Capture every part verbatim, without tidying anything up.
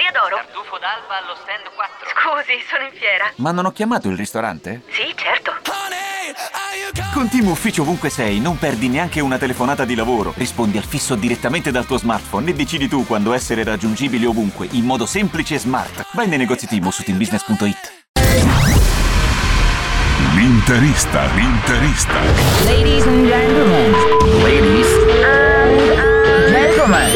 Osteria d'Oro. Tartufo d'alba allo stand quattro. Scusi, sono in fiera. Ma non ho chiamato il ristorante? Sì, certo. Con Team Ufficio ovunque sei, non perdi neanche una telefonata di lavoro. Rispondi al fisso direttamente dal tuo smartphone e decidi tu quando essere raggiungibile ovunque, in modo semplice e smart. Vai nei negozi Team o su team business punto it. L'interista, l'interista. Ladies and gentlemen. Ladies and gentlemen.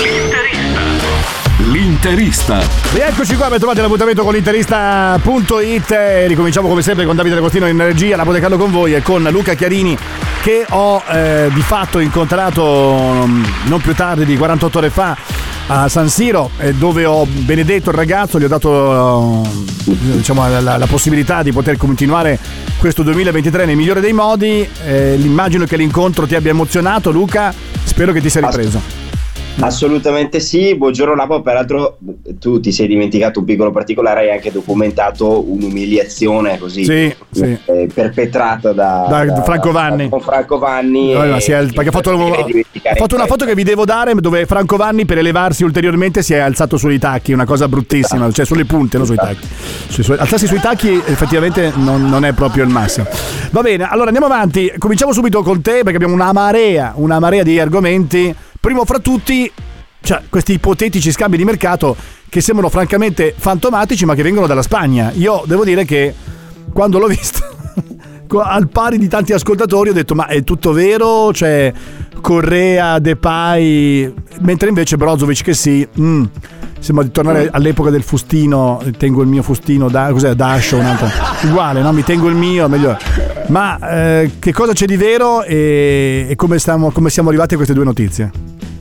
L'interista. Rieccoci qua, ben trovati l'appuntamento con l'interista punto it e ricominciamo come sempre con Davide D'Agostino in regia, la Monte Carlo con voi e con Luca Chiarini che ho eh, di fatto incontrato non più tardi di quarantotto ore fa a San Siro, eh, dove ho benedetto il ragazzo, gli ho dato eh, diciamo la, la possibilità di poter continuare questo duemilaventitré nel migliore dei modi. eh, immagino che l'incontro ti abbia emozionato, Luca, spero che ti sia ripreso. Assolutamente sì, buongiorno Lapo, peraltro tu ti sei dimenticato un piccolo particolare, hai anche documentato un'umiliazione così sì, sì. Eh, perpetrata da, da, da Franco Vanni, da, con Franco Vanni no, e, si è, perché ha fatto, ha fatto una foto che vi devo dare dove Franco Vanni per elevarsi ulteriormente si è alzato sui tacchi, una cosa bruttissima, ah. cioè sulle punte, non sui tacchi. Sui, su, alzarsi sui tacchi effettivamente non, non è proprio il massimo. Va bene, allora andiamo avanti, cominciamo subito con te perché abbiamo una marea, una marea di argomenti. Primo fra tutti, cioè, questi ipotetici scambi di mercato che sembrano francamente fantomatici ma che vengono dalla Spagna. Io devo dire che quando l'ho visto al pari di tanti ascoltatori ho detto ma è tutto vero? Cioè Correa, Depay, mentre invece Brozovic che sì, mm, sembra di tornare all'epoca del fustino, tengo il mio fustino, da, cos'è, Dasho, un altro, uguale, no? Mi tengo il mio, meglio. Ma eh, che cosa c'è di vero e, e come, stiamo, come siamo arrivati a queste due notizie?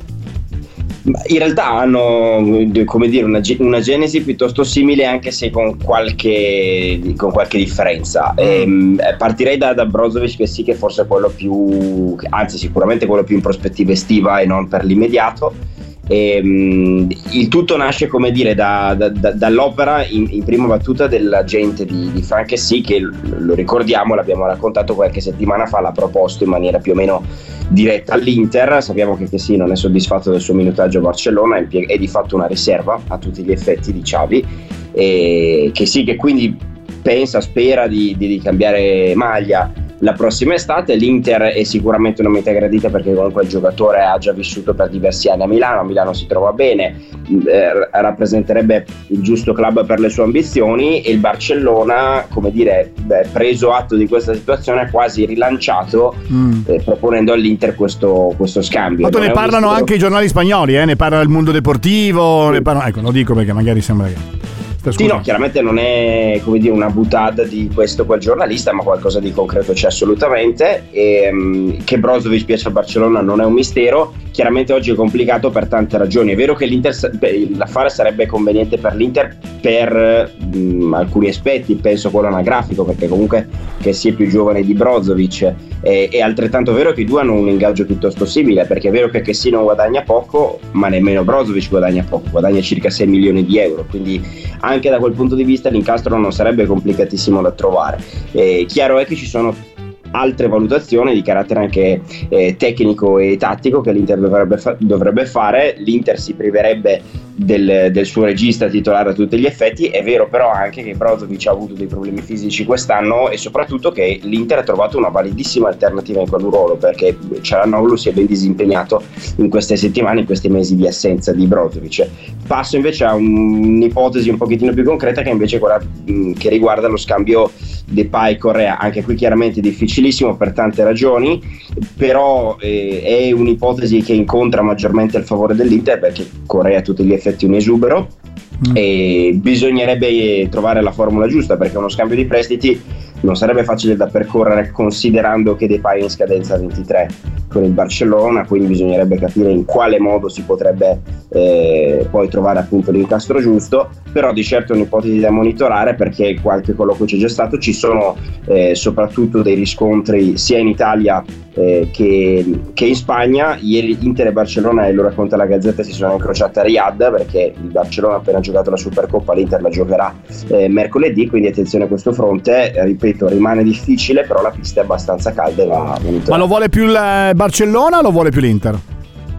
In realtà hanno, come dire, una, una genesi piuttosto simile, anche se con qualche, con qualche differenza. E, partirei da, da Brozovic, che sì, che forse è quello più, anzi sicuramente quello più in prospettiva estiva e non per l'immediato. E, um, il tutto nasce, come dire, da, da, da, dall'opera in, in prima battuta dell'agente di, di Frank Kessie, che lo ricordiamo, l'abbiamo raccontato qualche settimana fa, l'ha proposto in maniera più o meno diretta all'Inter. Sappiamo che Kessie non è soddisfatto del suo minutaggio a Barcellona, è, è di fatto una riserva a tutti gli effetti di Xavi, e che sì, che quindi pensa, spera di, di, di cambiare maglia la prossima estate. L'Inter è sicuramente una meta gradita perché comunque il giocatore ha già vissuto per diversi anni a Milano, a Milano si trova bene, eh, rappresenterebbe il giusto club per le sue ambizioni, e il Barcellona, come dire, beh, preso atto di questa situazione, ha quasi rilanciato mm. eh, proponendo all'Inter questo, questo scambio. Ma ne parlano mistero... anche i giornali spagnoli, eh? Ne parla il Mondo Deportivo, sì. ne parla... ecco, lo dico perché magari sembra che... Sì, no, chiaramente non è, come dire, una buttata di questo o quel giornalista, ma qualcosa di concreto c'è assolutamente. E, um, che Brozovic piace al Barcellona non è un mistero. Chiaramente oggi è complicato per tante ragioni. È vero che l'Inter, l'affare sarebbe conveniente per l'Inter per um, alcuni aspetti, penso quello anagrafico, perché comunque che sia più giovane di Brozovic, è, è altrettanto vero che i due hanno un ingaggio piuttosto simile, perché è vero che Kessie non guadagna poco, ma nemmeno Brozovic guadagna poco, guadagna circa sei milioni di euro, quindi anche da quel punto di vista l'incastro non sarebbe complicatissimo da trovare. Eh, chiaro è che ci sono altre valutazioni di carattere anche eh, tecnico e tattico che l'Inter dovrebbe, fa- dovrebbe fare. L'Inter si priverebbe del, del suo regista titolare a tutti gli effetti. È vero però anche che Brozovic ha avuto dei problemi fisici quest'anno, e soprattutto che l'Inter ha trovato una validissima alternativa in quel ruolo, perché Çalhanoğlu si è ben disimpegnato in queste settimane, in questi mesi di assenza di Brozovic. Passo invece a un, un'ipotesi un pochettino più concreta, che invece è quella mh, che riguarda lo scambio Depay-Correa. Anche qui chiaramente difficilissimo per tante ragioni, però eh, è un'ipotesi che incontra maggiormente il favore dell'Inter, perché Correa a tutti gli effetti è un esubero mm. e bisognerebbe trovare la formula giusta, perché uno scambio di prestiti non sarebbe facile da percorrere, considerando che Depay è in scadenza ventitré con il Barcellona, quindi bisognerebbe capire in quale modo si potrebbe eh, poi trovare appunto l'incastro giusto. Però di certo è un'ipotesi da monitorare, perché qualche colloquio c'è già stato, ci sono eh, soprattutto dei riscontri sia in Italia eh, che, che in Spagna. Ieri Inter e Barcellona, e lo racconta la Gazzetta, si sono incrociate a Riyadh, perché il Barcellona ha appena giocato la Supercoppa, l'Inter la giocherà eh, mercoledì, quindi attenzione a questo fronte. Eh, ripeto, rimane difficile, però la pista è abbastanza calda e va monitorata. Ma lo vuole più il Barcellona o lo vuole più l'Inter?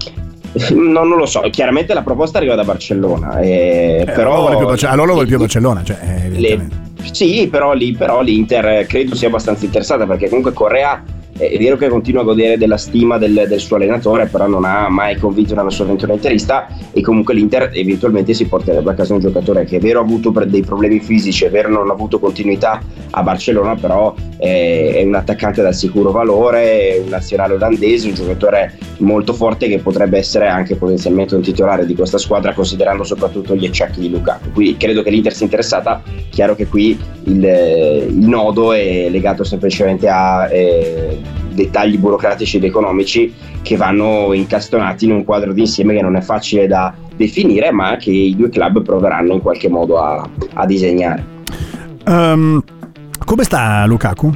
No, non lo so, chiaramente la proposta arriva da Barcellona, eh, eh, però allora vuole più Barcellona, cioè, le, sì, però lì però l'Inter credo sia abbastanza interessata, perché comunque Correa è vero che continua a godere della stima del, del suo allenatore, però non ha mai convinto nella sua avventura interista, e comunque l'Inter eventualmente si porterebbe a casa un giocatore che è vero ha avuto dei problemi fisici, è vero non ha avuto continuità a Barcellona, però è, è un attaccante dal sicuro valore, è un nazionale olandese, un giocatore molto forte che potrebbe essere anche potenzialmente un titolare di questa squadra, considerando soprattutto gli acciacchi di Lukaku. Quindi credo che l'Inter sia interessata. Chiaro che qui il, il nodo è legato semplicemente a eh, dettagli burocratici ed economici che vanno incastonati in un quadro d'insieme che non è facile da definire, ma che i due club proveranno in qualche modo a, a disegnare. Um, come sta Lukaku?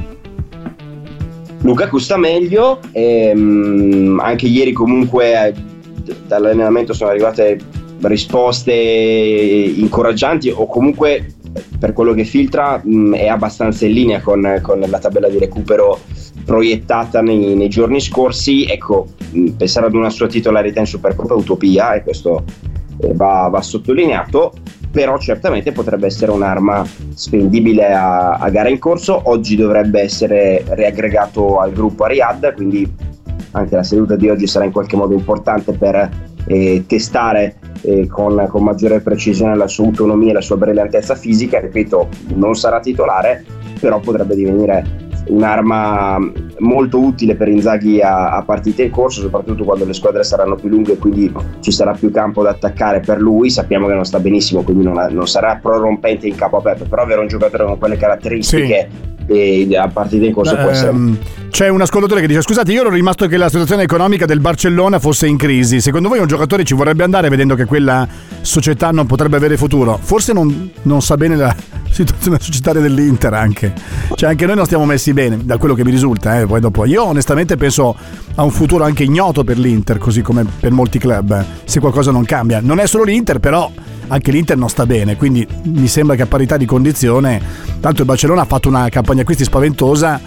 Lukaku sta meglio, ehm, anche ieri comunque dall'allenamento sono arrivate risposte incoraggianti, o comunque per quello che filtra mh, è abbastanza in linea con, con la tabella di recupero proiettata nei, nei giorni scorsi. Ecco, mh, pensare ad una sua titolarità in Supercoppa è utopia, e questo eh, va, va sottolineato, però certamente potrebbe essere un'arma spendibile a, a gara in corso. Oggi dovrebbe essere riaggregato al gruppo a Riyadh, quindi anche la seduta di oggi sarà in qualche modo importante per eh, testare eh, con, con maggiore precisione la sua autonomia e la sua brillantezza fisica. Ripeto, non sarà titolare, però potrebbe divenire un'arma molto utile per Inzaghi a, a partite in corso, soprattutto quando le squadre saranno più lunghe e quindi ci sarà più campo da attaccare per lui. Sappiamo che non sta benissimo, quindi non, ha, non sarà prorompente in capo aperto, però avere un giocatore con quelle caratteristiche sì. E a partita in corso eh, può essere. C'è un ascoltatore che dice: scusate, io ero rimasto che la situazione economica del Barcellona fosse in crisi. Secondo voi un giocatore ci vorrebbe andare vedendo che quella società non potrebbe avere futuro? Forse non, non sa bene la situazione societaria dell'Inter, anche cioè anche noi non stiamo messi bene da quello che mi risulta, eh. Poi dopo io onestamente penso a un futuro anche ignoto per l'Inter, così come per molti club, se qualcosa non cambia. Non è solo l'Inter, però anche l'Inter non sta bene, quindi mi sembra che a parità di condizione, tanto il Barcellona ha fatto una campagna acquisti spaventosa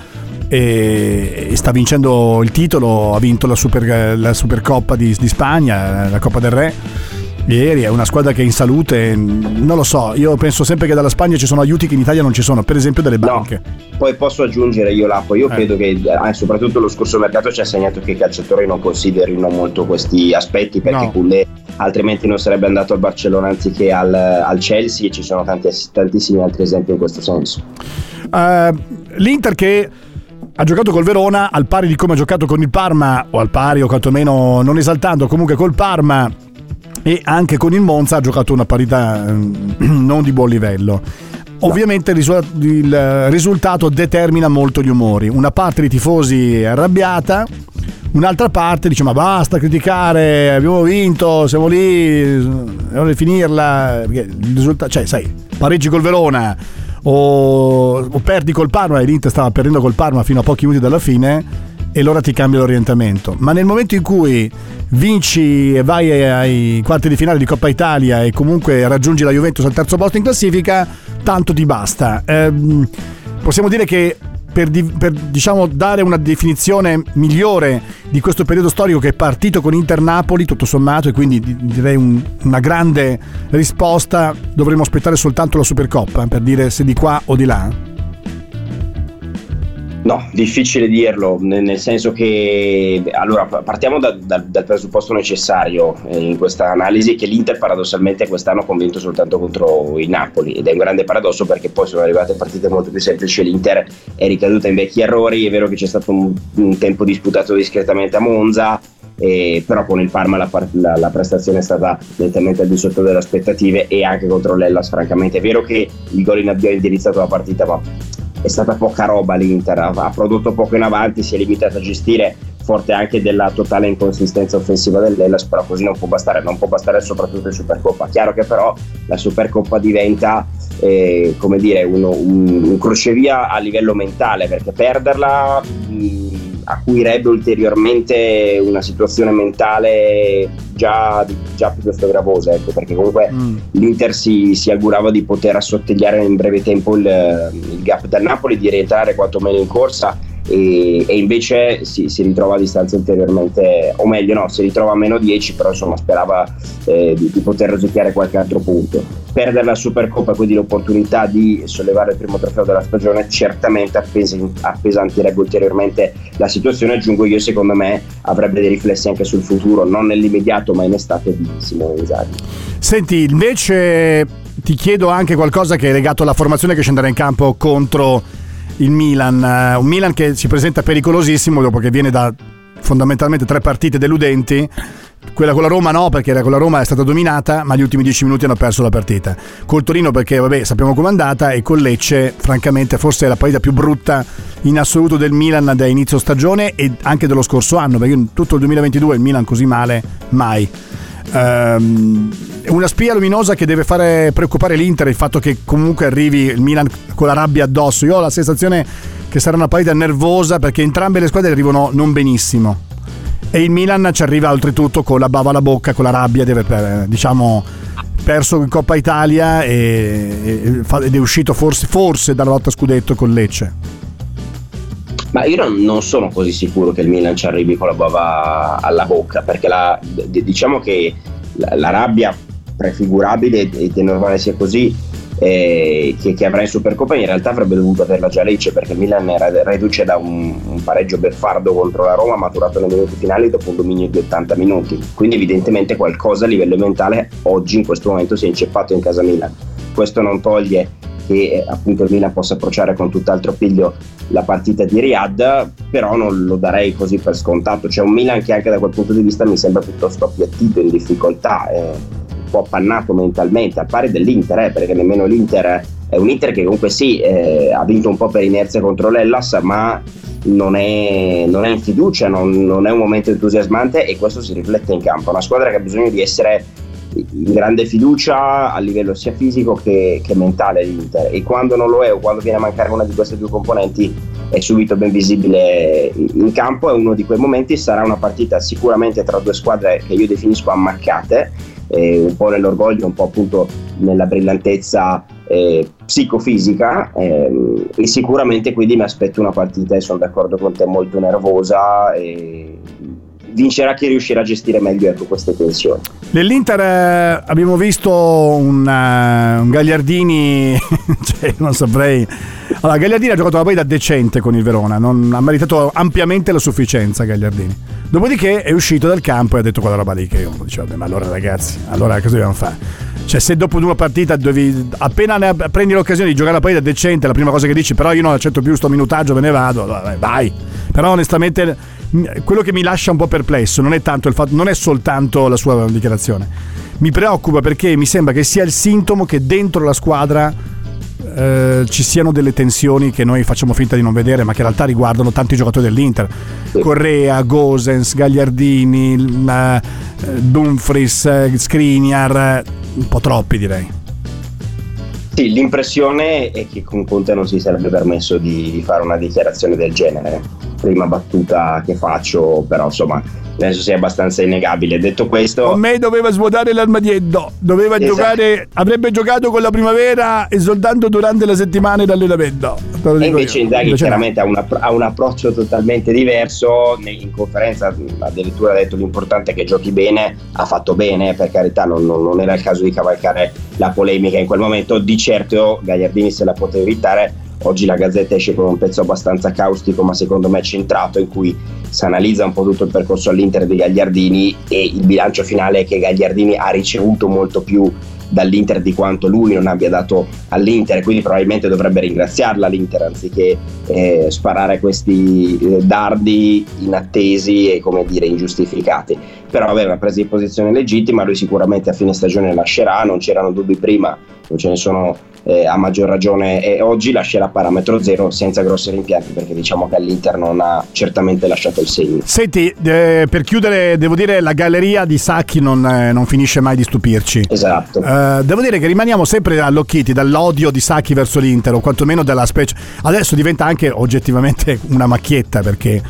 e sta vincendo il titolo, ha vinto la, super, la Supercoppa di, di Spagna, la Coppa del Re ieri. È una squadra che è in salute, non lo so, io penso sempre che dalla Spagna ci sono aiuti che in Italia non ci sono, per esempio delle banche. No, poi posso aggiungere io Lapo, io eh. credo che eh, soprattutto lo scorso mercato ci ha segnato che i calciatori non considerino molto questi aspetti, perché no. Koundé altrimenti non sarebbe andato al Barcellona anziché al, al Chelsea, e ci sono tanti, tantissimi altri esempi in questo senso. Uh, L'Inter che ha giocato col Verona al pari di come ha giocato con il Parma, o al pari o quantomeno non esaltando, comunque col Parma e anche con il Monza ha giocato una parità non di buon livello. Ovviamente il, risu- il risultato determina molto gli umori. Una parte dei tifosi è arrabbiata, un'altra parte dice: ma basta criticare, abbiamo vinto, siamo lì, è ora di finirla. Perché il risultato, cioè, sai, pareggi col Verona o, o perdi col Parma, e l'Inter stava perdendo col Parma fino a pochi minuti dalla fine, e allora ti cambia l'orientamento. Ma nel momento in cui vinci e vai ai quarti di finale di Coppa Italia e comunque raggiungi la Juventus al terzo posto in classifica, tanto ti basta. Ehm, possiamo dire che per, di, per diciamo dare una definizione migliore di questo periodo storico, che è partito con Inter-Napoli tutto sommato, e quindi direi un, una grande risposta, dovremmo aspettare soltanto la Supercoppa per dire se di qua o di là. No, difficile dirlo, nel senso che allora partiamo da, da, dal presupposto necessario in questa analisi, che l'Inter paradossalmente quest'anno ha convinto soltanto contro il Napoli, ed è un grande paradosso perché poi sono arrivate partite molto più semplici e l'Inter è ricaduta in vecchi errori. È vero che c'è stato un, un tempo disputato discretamente a Monza, eh, però con il Parma la, la, la prestazione è stata nettamente al di sotto delle aspettative, e anche contro l'Hellas francamente. È vero che il gol in avvio ha indirizzato la partita, ma è stata poca roba l'Inter, ha prodotto poco in avanti, si è limitata a gestire, forte anche della totale inconsistenza offensiva dell'Hellas, però così non può bastare, non può bastare soprattutto in Supercoppa. Chiaro che però la Supercoppa diventa eh, come dire uno, un, un crocevia a livello mentale, perché perderla mh, acuirebbe ulteriormente una situazione mentale già, già piuttosto gravosa, ecco, perché comunque mm. l'Inter si, si augurava di poter assottigliare in breve tempo il, il gap dal Napoli, di rientrare quantomeno in corsa e, e invece si, si ritrova a distanza ulteriormente, o meglio no, si ritrova a meno dieci, però insomma sperava eh, di, di poter rosicchiare qualche altro punto. Perdere la Supercoppa, quindi l'opportunità di sollevare il primo trofeo della stagione, certamente appesantirebbe ulteriormente la situazione. Aggiungo io, secondo me avrebbe dei riflessi anche sul futuro, non nell'immediato ma in estate, di Simone Inzaghi. Senti, invece ti chiedo anche qualcosa che è legato alla formazione che scenderà in campo contro il Milan, un Milan che si presenta pericolosissimo dopo che viene da fondamentalmente tre partite deludenti. Quella con la Roma no, perché con la Roma è stata dominata, ma gli ultimi dieci minuti hanno perso la partita. Col Torino perché vabbè sappiamo com'è andata, e con Lecce francamente forse è la partita più brutta in assoluto del Milan da inizio stagione e anche dello scorso anno, perché tutto il duemilaventidue il Milan così male mai. Um, una spia luminosa che deve fare preoccupare l'Inter, il fatto che comunque arrivi il Milan con la rabbia addosso. Io ho la sensazione che sarà una partita nervosa perché entrambe le squadre arrivano non benissimo e il Milan ci arriva oltretutto con la bava alla bocca, con la rabbia, deve diciamo perso in Coppa Italia e, ed è uscito forse, forse dalla lotta scudetto con Lecce. Ma io non, non sono così sicuro che il Milan ci arrivi con la bava alla bocca, perché la, diciamo che la, la rabbia prefigurabile, ed è normale sia così, eh, che, che avrà in Supercoppa in realtà avrebbe dovuto averla già Lecce, perché il Milan era reduce da un, un pareggio beffardo contro la Roma maturato nei minuti finali dopo un dominio di ottanta minuti, quindi evidentemente qualcosa a livello mentale oggi in questo momento si è inceppato in casa Milan. Questo non toglie che eh, appunto il Milan possa approcciare con tutt'altro piglio la partita di Riyadh, però non lo darei così per scontato. C'è un Milan che anche da quel punto di vista mi sembra piuttosto appiattito, in difficoltà, eh, un po' appannato mentalmente, al pari dell'Inter, eh, perché nemmeno l'Inter è un Inter che comunque sì, eh, ha vinto un po' per inerzia contro l'Hellas, ma non è, non è in fiducia, non, non è un momento entusiasmante, e questo si riflette in campo. Una squadra che ha bisogno di essere in grande fiducia a livello sia fisico che, che mentale l'Inter, e quando non lo è o quando viene a mancare una di queste due componenti è subito ben visibile in campo. È uno di quei momenti, sarà una partita sicuramente tra due squadre che io definisco ammaccate, eh, un po' nell'orgoglio, un po' appunto nella brillantezza eh, psicofisica, eh, e sicuramente quindi mi aspetto una partita, e sono d'accordo con te, molto nervosa, e vincerà chi riuscirà a gestire meglio, ecco, queste tensioni. Nell'Inter eh, abbiamo visto un, uh, un Gagliardini cioè non saprei. Allora, Gagliardini ha giocato una partita decente con il Verona, non ha meritato ampiamente la sufficienza Gagliardini. Dopodiché è uscito dal campo e ha detto quella roba lì che io dicevo, vabbè, ma allora ragazzi, allora cosa dobbiamo fare? Cioè, se dopo una partita devi, appena ne prendi l'occasione di giocare la partita decente, la prima cosa che dici però io non accetto più sto minutaggio, me ne vado, allora, vai. Però onestamente quello che mi lascia un po' perplesso non è tanto il fatto, non è soltanto la sua dichiarazione, mi preoccupa perché mi sembra che sia il sintomo che dentro la squadra eh, ci siano delle tensioni che noi facciamo finta di non vedere, ma che in realtà riguardano tanti giocatori dell'Inter. Correa, Gosens, Gagliardini, eh, Dumfries, eh, Skriniar, un po' troppi direi. Sì, l'impressione è che con Conte non si sarebbe permesso di, di fare una dichiarazione del genere. Prima battuta che faccio, però insomma penso sia abbastanza innegabile. Detto questo, con me doveva svuotare l'armadietto, doveva esatto. giocare, avrebbe giocato con la primavera e soltanto durante la settimana d'allenamento. E invece Inzaghi chiaramente ha un, ha un approccio totalmente diverso. In conferenza addirittura ha detto l'importante è che giochi bene, ha fatto bene, per carità, non, non, non era il caso di cavalcare la polemica in quel momento. Di certo Gagliardini se la poteva evitare. Oggi la Gazzetta esce con un pezzo abbastanza caustico, ma secondo me centrato, in cui si analizza un po' tutto il percorso all'Inter di Gagliardini, e il bilancio finale è che Gagliardini ha ricevuto molto più dall'Inter di quanto lui non abbia dato all'Inter, quindi probabilmente dovrebbe ringraziarla l'Inter anziché eh, sparare questi eh, dardi inattesi e, come dire, ingiustificati. Però aveva preso in posizione legittima, lui sicuramente a fine stagione lascerà, non c'erano dubbi prima, non ce ne sono eh, a maggior ragione, e oggi lascerà a parametro zero senza grossi rimpianti, perché diciamo che all'Inter non ha certamente lasciato il segno. Senti, eh, per chiudere devo dire la galleria di Sacchi non, eh, non finisce mai di stupirci. Esatto. Eh, devo dire che rimaniamo sempre allocchiti dall'odio di Sacchi verso l'Inter, o quantomeno dalla specie. Adesso diventa anche oggettivamente una macchietta, perché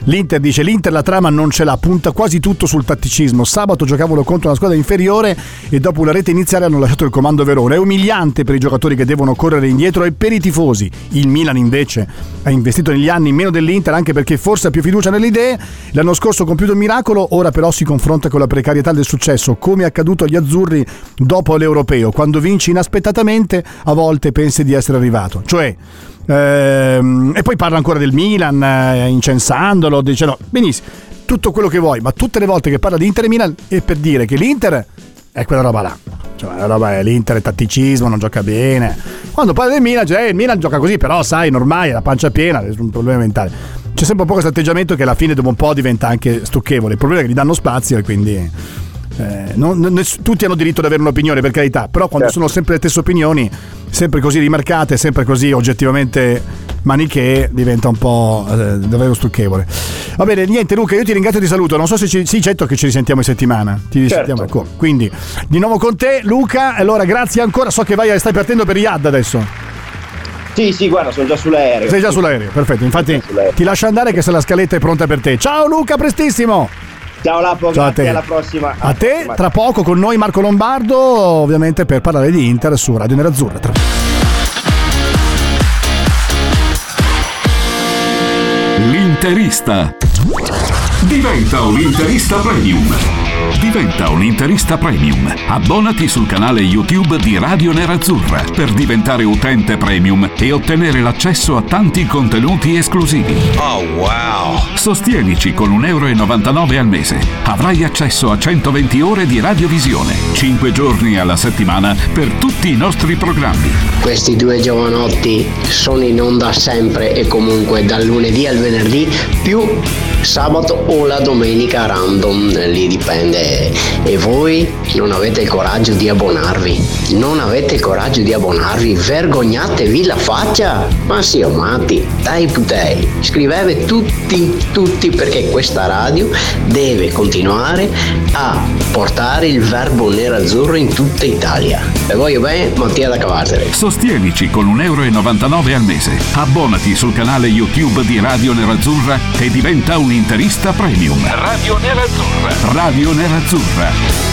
L'Inter dice l'Inter la trama non ce l'ha, punta quasi tutto sul tatticismo. Sabato giocavano contro una squadra inferiore e dopo una rete iniziale hanno lasciato il comando Verona. È umiliante per i giocatori che devono correre indietro e per i tifosi. Il Milan invece ha investito negli anni meno dell'Inter, anche perché forse ha più fiducia nelle idee. L'anno scorso ha compiuto un miracolo, ora però si confronta con la precarietà del successo, come è accaduto agli azzurri dopo l'Europeo. Quando vinci inaspettatamente a volte pensi di essere arrivato, cioè ehm, e poi parla ancora del Milan, eh, incensandolo, dice no, benissimo, tutto quello che vuoi, ma tutte le volte che parla di Inter e Milan è per dire che l'Inter è quella roba là, cioè la roba è l'Inter è tatticismo, non gioca bene. Quando parla del Milan, cioè, eh, il Milan gioca così, però sai, ormai è la pancia piena, è un problema mentale. C'è sempre un po' questo atteggiamento che alla fine dopo un po' diventa anche stucchevole. Il problema è che gli danno spazio e quindi Eh, non, non, tutti hanno diritto ad avere un'opinione, per carità, però quando certo. sono sempre le stesse opinioni, sempre così rimarcate, sempre così oggettivamente manichee, diventa un po' eh, davvero stucchevole. Va bene, niente Luca, io ti ringrazio e ti saluto. Non so se ci, sì, certo che ci risentiamo in settimana. Ti risentiamo certo. ecco. Quindi di nuovo con te Luca, allora grazie ancora. So che vai, stai partendo per Riyadh adesso. Sì, sì, guarda, sono già sull'aereo. Sei già sull'aereo, perfetto. Infatti ti lascio andare che se la scaletta è pronta per te. Ciao Luca, prestissimo. Ciao Lapo, Ciao grazie, a te. alla prossima. A te, tra poco con noi Marco Lombardo, ovviamente per parlare di Inter su Radio Nerazzurra. Tra... L'interista. Diventa un interista premium. Diventa un interista premium. Abbonati sul canale YouTube di Radio Nerazzurra per diventare utente premium e ottenere l'accesso a tanti contenuti esclusivi. Oh wow! Sostienici con un euro e novantanove al mese. Avrai accesso a centoventi ore di radiovisione, cinque giorni alla settimana per tutti i nostri programmi. Questi due giovanotti sono in onda sempre e comunque dal lunedì al venerdì più sabato o la domenica random, lì dipende. E voi non avete il coraggio di abbonarvi? Non avete il coraggio di abbonarvi? Vergognatevi la faccia! Ma sì, o matti, dai putei, scrivete tutti, tutti perché questa radio deve continuare a portare il verbo nerazzurro in tutta Italia. E voglio bene, Mattia da Cavazzere. Sostienici con un euro e novantanove al mese. Abbonati sul canale YouTube di Radio Nerazzurra e diventa un interista premium. Radio Nerazzurra. Radio Nerazzurra.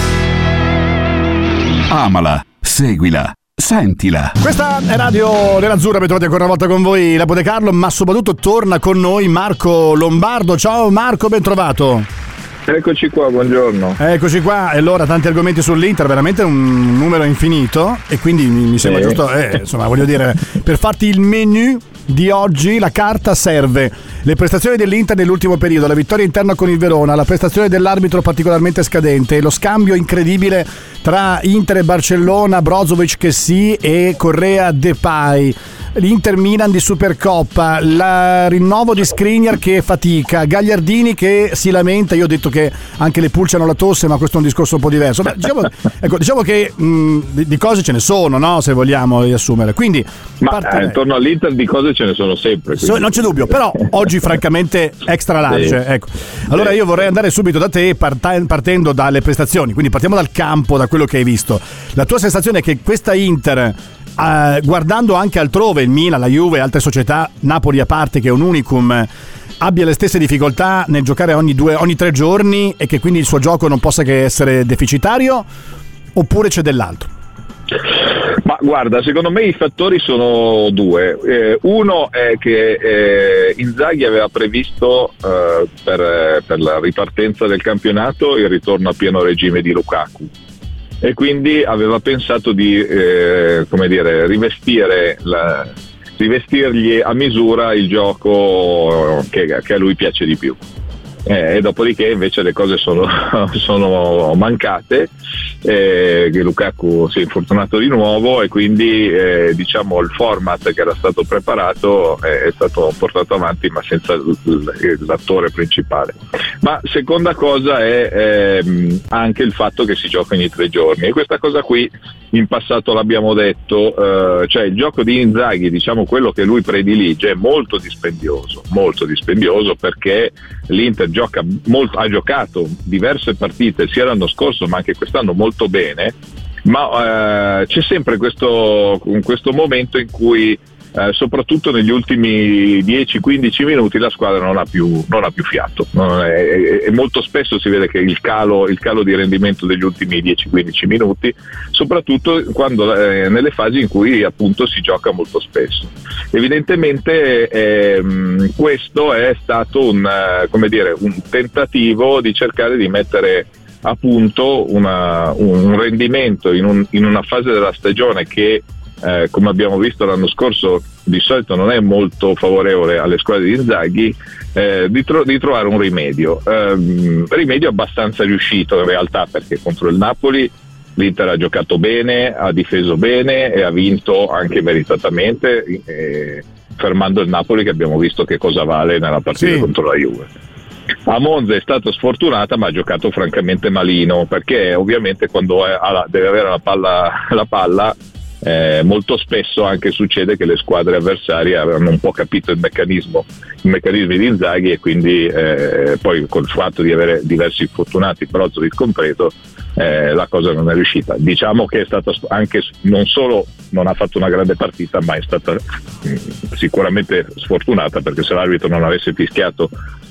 Amala, seguila, sentila. Questa è Radio Nerazzurra, ben trovati ancora una volta con voi Lapo De Carlo, ma soprattutto torna con noi Marco Lombardo. Ciao Marco, ben trovato. Eccoci qua, buongiorno. Eccoci qua, e allora tanti argomenti sull'Inter, veramente un numero infinito, e quindi mi sembra sì. giusto, eh, insomma, voglio dire, per farti il menu di oggi la carta serve. Le prestazioni dell'Inter nell'ultimo periodo, la vittoria interna con il Verona, la prestazione dell'arbitro particolarmente scadente, lo scambio incredibile tra Inter e Barcellona, Brozovic che sì e Correa Depay, l'Inter Milan di Supercoppa, il rinnovo di Skriniar che fatica, Gagliardini che si lamenta. Io ho detto che anche le pulce hanno la tosse, ma questo è un discorso un po' diverso. Beh, diciamo, ecco, diciamo che mh, di, di cose ce ne sono, no? Se vogliamo riassumere. Quindi, ma parte... eh, intorno all'Inter di cose ce ne sono sempre. So, non c'è dubbio, però oggi francamente extra large. Sì. Ecco. Allora io vorrei andare subito da te part- partendo dalle prestazioni, quindi partiamo dal campo, da quello che hai visto. La tua sensazione è che questa Inter, Uh, guardando anche altrove, il Milan, la Juve e altre società, Napoli a parte che è un unicum, abbia le stesse difficoltà nel giocare ogni due, ogni tre giorni e che quindi il suo gioco non possa che essere deficitario, oppure c'è dell'altro? Ma guarda, secondo me i fattori sono due. Eh, uno è che eh, Inzaghi aveva previsto eh, per, per la ripartenza del campionato il ritorno a pieno regime di Lukaku. E quindi aveva pensato di eh, come dire, rivestire la, rivestirgli a misura il gioco che, che a lui piace di più. Eh, e dopodiché invece le cose sono, sono mancate, eh, che Lukaku si è infortunato di nuovo e quindi eh, diciamo il format che era stato preparato è, è stato portato avanti ma senza l- l- l'attore principale. Ma seconda cosa è ehm, anche il fatto che si gioca ogni tre giorni, e questa cosa qui in passato l'abbiamo detto, eh, cioè il gioco di Inzaghi, diciamo quello che lui predilige, è molto dispendioso, molto dispendioso perché l'Inter gioca molto, ha giocato diverse partite sia l'anno scorso ma anche quest'anno molto bene, ma eh, c'è sempre questo, questo momento in cui eh, soprattutto negli ultimi dieci quindici minuti la squadra non ha più, non ha più fiato, non è, e, e molto spesso si vede che il calo, il calo di rendimento degli ultimi dieci quindici minuti, soprattutto quando, eh, nelle fasi in cui appunto si gioca molto spesso. Evidentemente ehm, questo è stato un, eh, come dire, un tentativo di cercare di mettere a punto una, un rendimento in, un, in una fase della stagione che Eh, come abbiamo visto l'anno scorso di solito non è molto favorevole alle squadre di Inzaghi, eh, di, tro- di trovare un rimedio eh, rimedio abbastanza riuscito in realtà, perché contro il Napoli l'Inter ha giocato bene, ha difeso bene e ha vinto anche meritatamente, eh, fermando il Napoli che abbiamo visto che cosa vale nella partita sì. contro la Juve. A Monza è stata sfortunata, ma ha giocato francamente malino, perché ovviamente quando è, ha, deve avere la palla, la palla Eh, molto spesso anche succede che le squadre avversarie hanno un po' capito il meccanismo, i meccanismi di Inzaghi, e quindi eh, poi col fatto di avere diversi infortunati, Brozovic compreso, eh, la cosa non è riuscita. Diciamo che è stata anche, non solo non ha fatto una grande partita, ma è stata mh, sicuramente sfortunata, perché se l'arbitro non avesse fischiato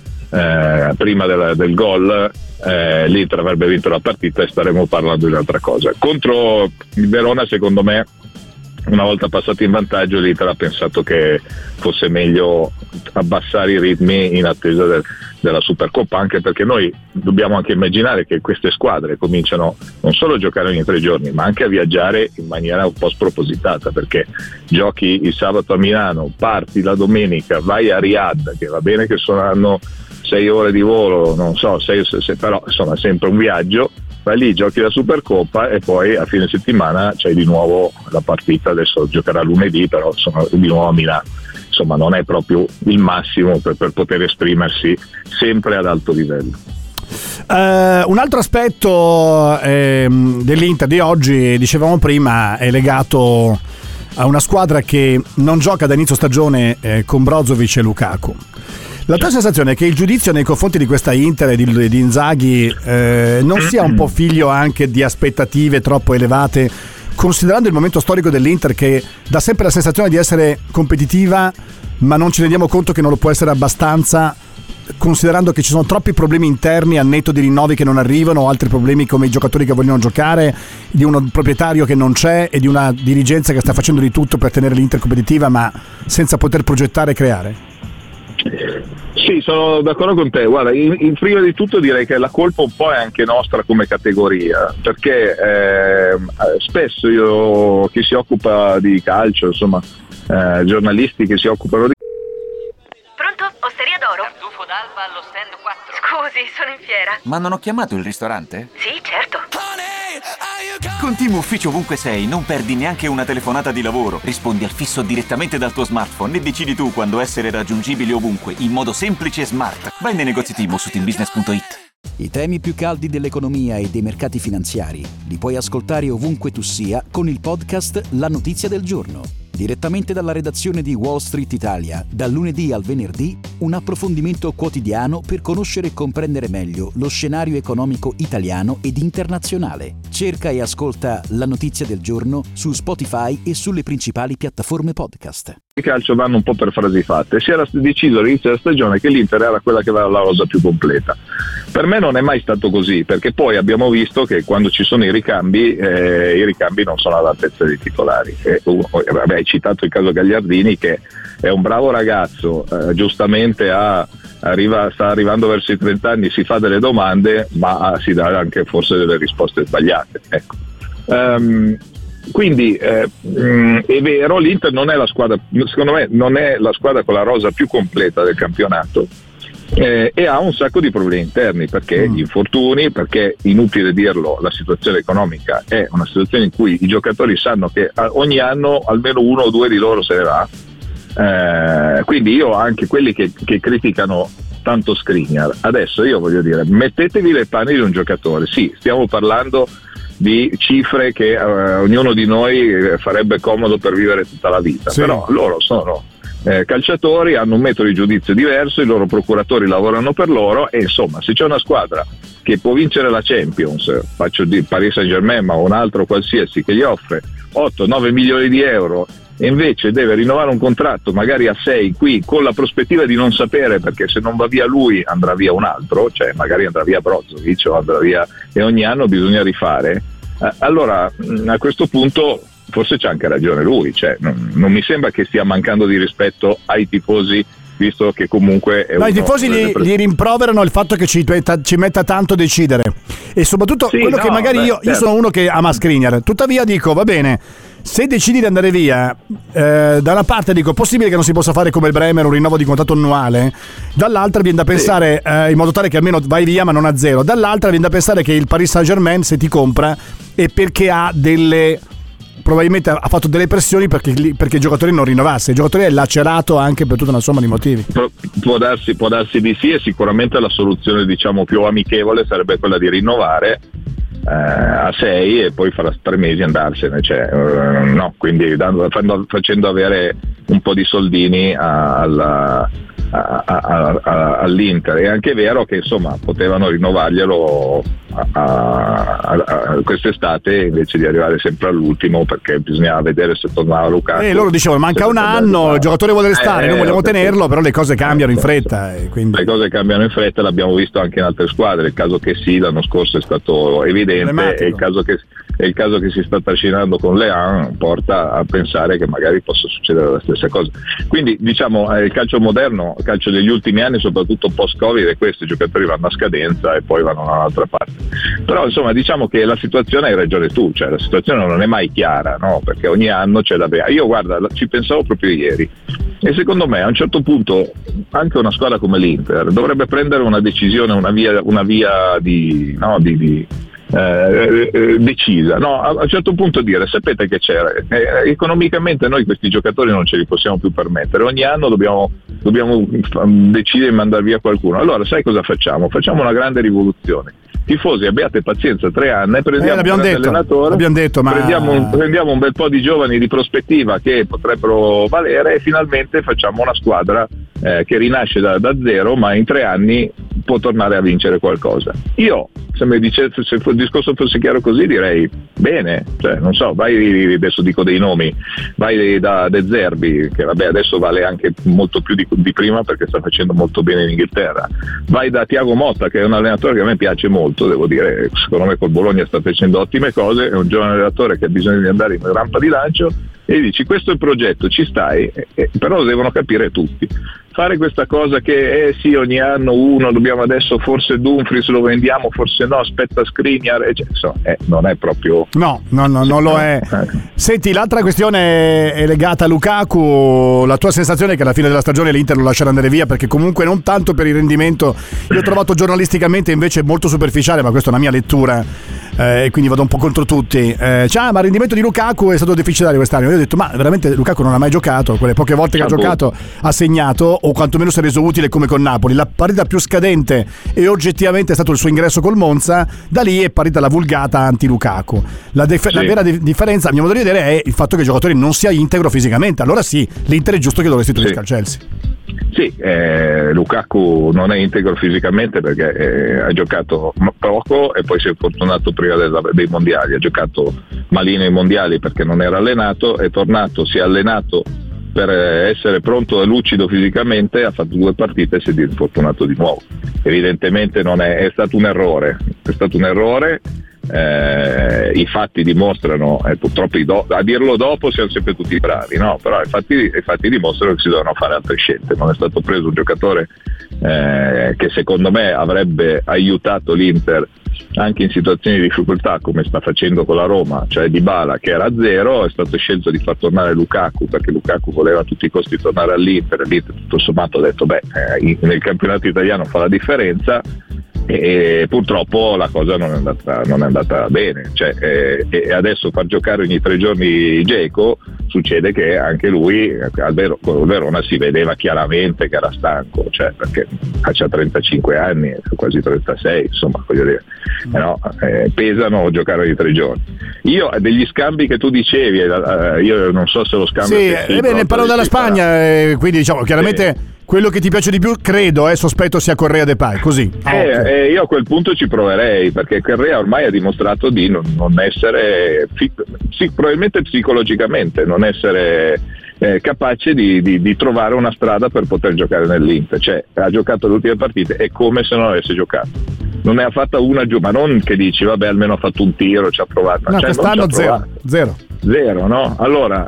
eh, prima del, del gol, eh, l'Inter avrebbe vinto la partita e staremo parlando di un'altra cosa. Contro il Verona, secondo me, una volta passato in vantaggio, l'Inter ha pensato che fosse meglio abbassare i ritmi in attesa del, della Supercoppa, anche perché noi dobbiamo anche immaginare che queste squadre cominciano non solo a giocare ogni tre giorni, ma anche a viaggiare in maniera un po' spropositata, perché giochi il sabato a Milano, parti la domenica, vai a Riyadh, che va bene che saranno sei ore di volo, non so, sei, sei, però insomma è sempre un viaggio, vai lì, giochi la Supercoppa e poi a fine settimana c'hai di nuovo la partita, adesso giocherà lunedì, però sono di nuovo a Milano. Insomma non è proprio il massimo per, per poter esprimersi sempre ad alto livello. Uh, un altro aspetto eh, dell'Inter di oggi, dicevamo prima, è legato a una squadra che non gioca da inizio stagione eh, con Brozovic e Lukaku. La tua sensazione è che il giudizio nei confronti di questa Inter e di, di Inzaghi eh, non sia un po' figlio anche di aspettative troppo elevate, considerando il momento storico dell'Inter, che dà sempre la sensazione di essere competitiva, ma non ci rendiamo conto che non lo può essere abbastanza, considerando che ci sono troppi problemi interni a netto di rinnovi che non arrivano, altri problemi come i giocatori che vogliono giocare, di un proprietario che non c'è e di una dirigenza che sta facendo di tutto per tenere l'Inter competitiva ma senza poter progettare e creare? Sì, sono d'accordo con te. Guarda, in, in prima di tutto direi che la colpa un po' è anche nostra come categoria, perché eh, spesso io, chi si occupa di calcio, insomma, eh, giornalisti che si occupano di... Pronto? Osteria d'Oro? Tartufo d'Alba allo stand quattro. Scusi, sono in fiera. Ma non ho chiamato il ristorante? Sì, certo. Con Team Ufficio ovunque sei non perdi neanche una telefonata di lavoro. Rispondi al fisso direttamente dal tuo smartphone e decidi tu quando essere raggiungibile ovunque in modo semplice e smart. Vai nei negozi Team o su team business punto it. I temi più caldi dell'economia e dei mercati finanziari li puoi ascoltare ovunque tu sia con il podcast La Notizia del Giorno. Direttamente dalla redazione di Wall Street Italia, dal lunedì al venerdì, un approfondimento quotidiano per conoscere e comprendere meglio lo scenario economico italiano ed internazionale. Cerca e ascolta La Notizia del Giorno su Spotify e sulle principali piattaforme podcast. Il calcio vanno un po' per frasi fatte. Si era deciso all'inizio della stagione che l'Inter era quella che aveva la rosa più completa. Per me non è mai stato così, perché poi abbiamo visto che quando ci sono i ricambi, eh, i ricambi non sono all'altezza dei titolari. E, uh, vabbè, hai citato il caso Gagliardini, che è un bravo ragazzo, eh, giustamente ha, arriva, sta arrivando verso i trenta anni, si fa delle domande, ma si dà anche forse delle risposte sbagliate. Ecco. Um, Quindi eh, mh, è vero, l'Inter non è la squadra, secondo me non è la squadra con la rosa più completa del campionato, eh, e ha un sacco di problemi interni, perché gli infortuni, perché inutile dirlo, la situazione economica è una situazione in cui i giocatori sanno che ogni anno almeno uno o due di loro se ne va, eh, quindi io anche quelli che, che criticano tanto Skriniar, adesso io voglio dire, mettetevi le panni di un giocatore. Sì, stiamo parlando di cifre che uh, ognuno di noi farebbe comodo per vivere tutta la vita, sì. Però loro sono eh, calciatori, hanno un metodo di giudizio diverso, i loro procuratori lavorano per loro e insomma se c'è una squadra che può vincere la Champions, faccio di Paris Saint-Germain ma un altro qualsiasi, che gli offre otto nove milioni di euro e invece deve rinnovare un contratto magari a sei qui con la prospettiva di non sapere, perché se non va via lui andrà via un altro, cioè magari andrà via Brozovic o andrà via e ogni anno bisogna rifare, eh, allora a questo punto forse c'ha anche ragione lui, cioè non, non mi sembra che stia mancando di rispetto ai tifosi, visto che comunque è no, i tifosi gli, gli rimproverano il fatto che ci, ci metta tanto a decidere e soprattutto sì, quello no, che magari beh, io, certo. io sono uno che ama Skriniar, tuttavia dico va bene, se decidi di andare via, eh, da una parte dico è possibile che non si possa fare come il Bremer un rinnovo di contratto annuale, dall'altra viene da pensare sì. eh, in modo tale che almeno vai via ma non a zero, dall'altra viene da pensare che il Paris Saint-Germain se ti compra è perché ha delle probabilmente ha fatto delle pressioni perché, perché il giocatore non rinnovasse, il giocatore è lacerato anche per tutta una somma di motivi. Può darsi, può darsi di sì, e sicuramente la soluzione diciamo più amichevole sarebbe quella di rinnovare eh, a sei e poi fra tre mesi andarsene, cioè, eh, no, quindi dando, facendo avere un po' di soldini alla A, a, a, all'Inter. È anche vero che insomma potevano rinnovarglielo a, a, a quest'estate invece di arrivare sempre all'ultimo, perché bisognava vedere se tornava Lukaku. E loro dicevano manca un anno, il giocatore vuole restare, eh, noi vogliamo tenerlo, però le cose cambiano in fretta e quindi... le cose cambiano in fretta, l'abbiamo visto anche in altre squadre, il caso che sì l'anno scorso è stato evidente e il caso che e il caso che si sta trascinando con Leão porta a pensare che magari possa succedere la stessa cosa. Quindi diciamo eh, il calcio moderno, il calcio degli ultimi anni, soprattutto post-Covid, è questo: i giocatori vanno a scadenza e poi vanno da un'altra parte. Però insomma diciamo che la situazione, hai ragione tu, cioè la situazione non è mai chiara, no? Perché ogni anno c'è la vera. Io guarda, ci pensavo proprio ieri e secondo me a un certo punto anche una squadra come l'Inter dovrebbe prendere una decisione, una via, una via di, no, di, di Eh, eh, decisa, no? A, a un certo punto dire sapete che c'è, eh, economicamente noi questi giocatori non ce li possiamo più permettere, ogni anno dobbiamo, dobbiamo decidere di mandare via qualcuno, allora sai cosa facciamo? Facciamo una grande rivoluzione, tifosi abbiate pazienza, tre anni, prendiamo eh, un grande detto, allenatore, detto, ma... prendiamo, un, prendiamo un bel po' di giovani di prospettiva che potrebbero valere e finalmente facciamo una squadra eh, che rinasce da, da zero, ma in tre anni può tornare a vincere qualcosa. Io se mi dicesse, se il discorso fosse chiaro così, direi bene, cioè non so, vai, adesso dico dei nomi, vai da De Zerbi, che vabbè adesso vale anche molto più di, di prima perché sta facendo molto bene in Inghilterra, vai da Thiago Motta, che è un allenatore che a me piace molto, devo dire, secondo me col Bologna sta facendo ottime cose, è un giovane allenatore che ha bisogno di andare in rampa di lancio e gli dici questo è il progetto, ci stai, eh, però lo devono capire tutti. Fare questa cosa che eh sì ogni anno uno, dobbiamo adesso forse Dumfries lo vendiamo, forse no, aspetta Skriniar, eh, cioè, insomma, eh, non è proprio no, no, no, non lo è. Senti, l'altra questione è legata a Lukaku, la tua sensazione è che alla fine della stagione l'Inter lo lascerà andare via, perché comunque non tanto per il rendimento, io ho trovato giornalisticamente invece molto superficiale, ma questa è una mia lettura eh, e quindi vado un po' contro tutti, eh, cioè, ma il rendimento di Lukaku è stato deficitario quest'anno, io ho detto ma veramente Lukaku non ha mai giocato, quelle poche volte che ha giocato ha segnato o quantomeno si è reso utile come con Napoli. La partita più scadente e oggettivamente è stato il suo ingresso col Monza, da lì è partita la vulgata anti-Lukaku. La, def- sì. la vera di- differenza a mio modo di vedere è il fatto che il giocatore non sia integro fisicamente, allora sì, l'Inter è giusto che lo restituisca sì. al Chelsea. Sì, eh, Lukaku non è integro fisicamente perché eh, ha giocato poco e poi si è fortunato prima della, dei mondiali, ha giocato malino ai mondiali perché non era allenato, è tornato, si è allenato per essere pronto e lucido fisicamente, ha fatto due partite e si è infortunato di nuovo. Evidentemente non è, è stato un errore, è stato un errore. Eh, i fatti dimostrano, eh, purtroppo i do- a dirlo dopo siamo sempre tutti bravi, no? Però i fatti, i fatti dimostrano che si devono fare altre scelte. Non è stato preso un giocatore eh, che secondo me avrebbe aiutato l'Inter anche in situazioni di difficoltà come sta facendo con la Roma, cioè Dybala che era a zero, è stato scelto di far tornare Lukaku perché Lukaku voleva a tutti i costi tornare all'Inter e l'Inter tutto sommato ha detto beh eh, nel campionato italiano fa la differenza. e purtroppo la cosa non è andata, non è andata bene, cioè, eh, e adesso far giocare ogni tre giorni Dzeko, succede che anche lui al Ver- con il Verona si vedeva chiaramente che era stanco, cioè, perché ha trentacinque anni, quasi trentasei, insomma, voglio dire, eh no, eh, pesano giocare ogni tre giorni. Io degli scambi che tu dicevi, eh, io non so se lo scambio sì, eh, bene, parlo dalla Spagna, eh, quindi diciamo chiaramente sì. Quello che ti piace di più, credo, eh, sospetto sia Correa Depay, così. Ah, eh, okay. eh, io a quel punto ci proverei, perché Correa ormai ha dimostrato di non, non essere, sì, probabilmente psicologicamente, non essere eh, capace di, di, di trovare una strada per poter giocare nell'Inter. Cioè, ha giocato le ultime partite, è come se non avesse giocato. Non ne ha fatta una giù, ma non che dici, vabbè, almeno ha fatto un tiro, ci ha provato. No, cioè, quest'anno zero, zero. Zero, no? Allora,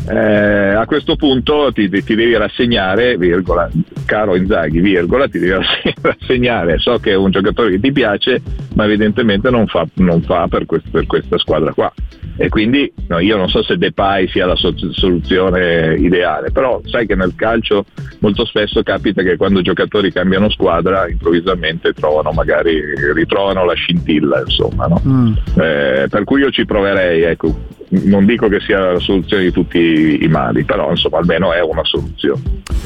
eh, a questo punto ti, ti devi rassegnare, virgola, caro Inzaghi, virgola, ti devi rassegnare. So che è un giocatore che ti piace, ma evidentemente non fa, non fa per, quest, per questa squadra qua. E quindi no, io non so se Depay sia la so- soluzione ideale, però sai che nel calcio molto spesso capita che quando i giocatori cambiano squadra improvvisamente trovano, magari ritrovano la scintilla, insomma, no? Mm. Eh, per cui io ci proverei, ecco. Non dico che sia la soluzione di tutti i mali, però insomma almeno è una soluzione.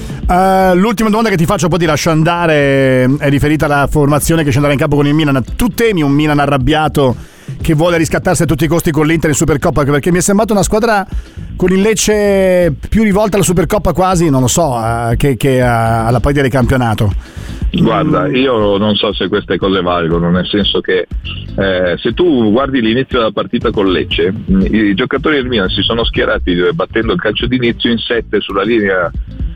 Uh, l'ultima domanda che ti faccio, poi ti lascio andare, è riferita alla formazione che scenderà in campo con il Milan. Tu temi un Milan arrabbiato che vuole riscattarsi a tutti i costi con l'Inter in Supercoppa? Perché mi è sembrata una squadra con il Lecce più rivolta alla Supercoppa quasi, non lo so, uh, che, che uh, alla partita del campionato. Guarda, io non so se queste cose valgono, nel senso che eh, se tu guardi l'inizio della partita con Lecce, i giocatori del Milan si sono schierati battendo il calcio d'inizio in sette sulla linea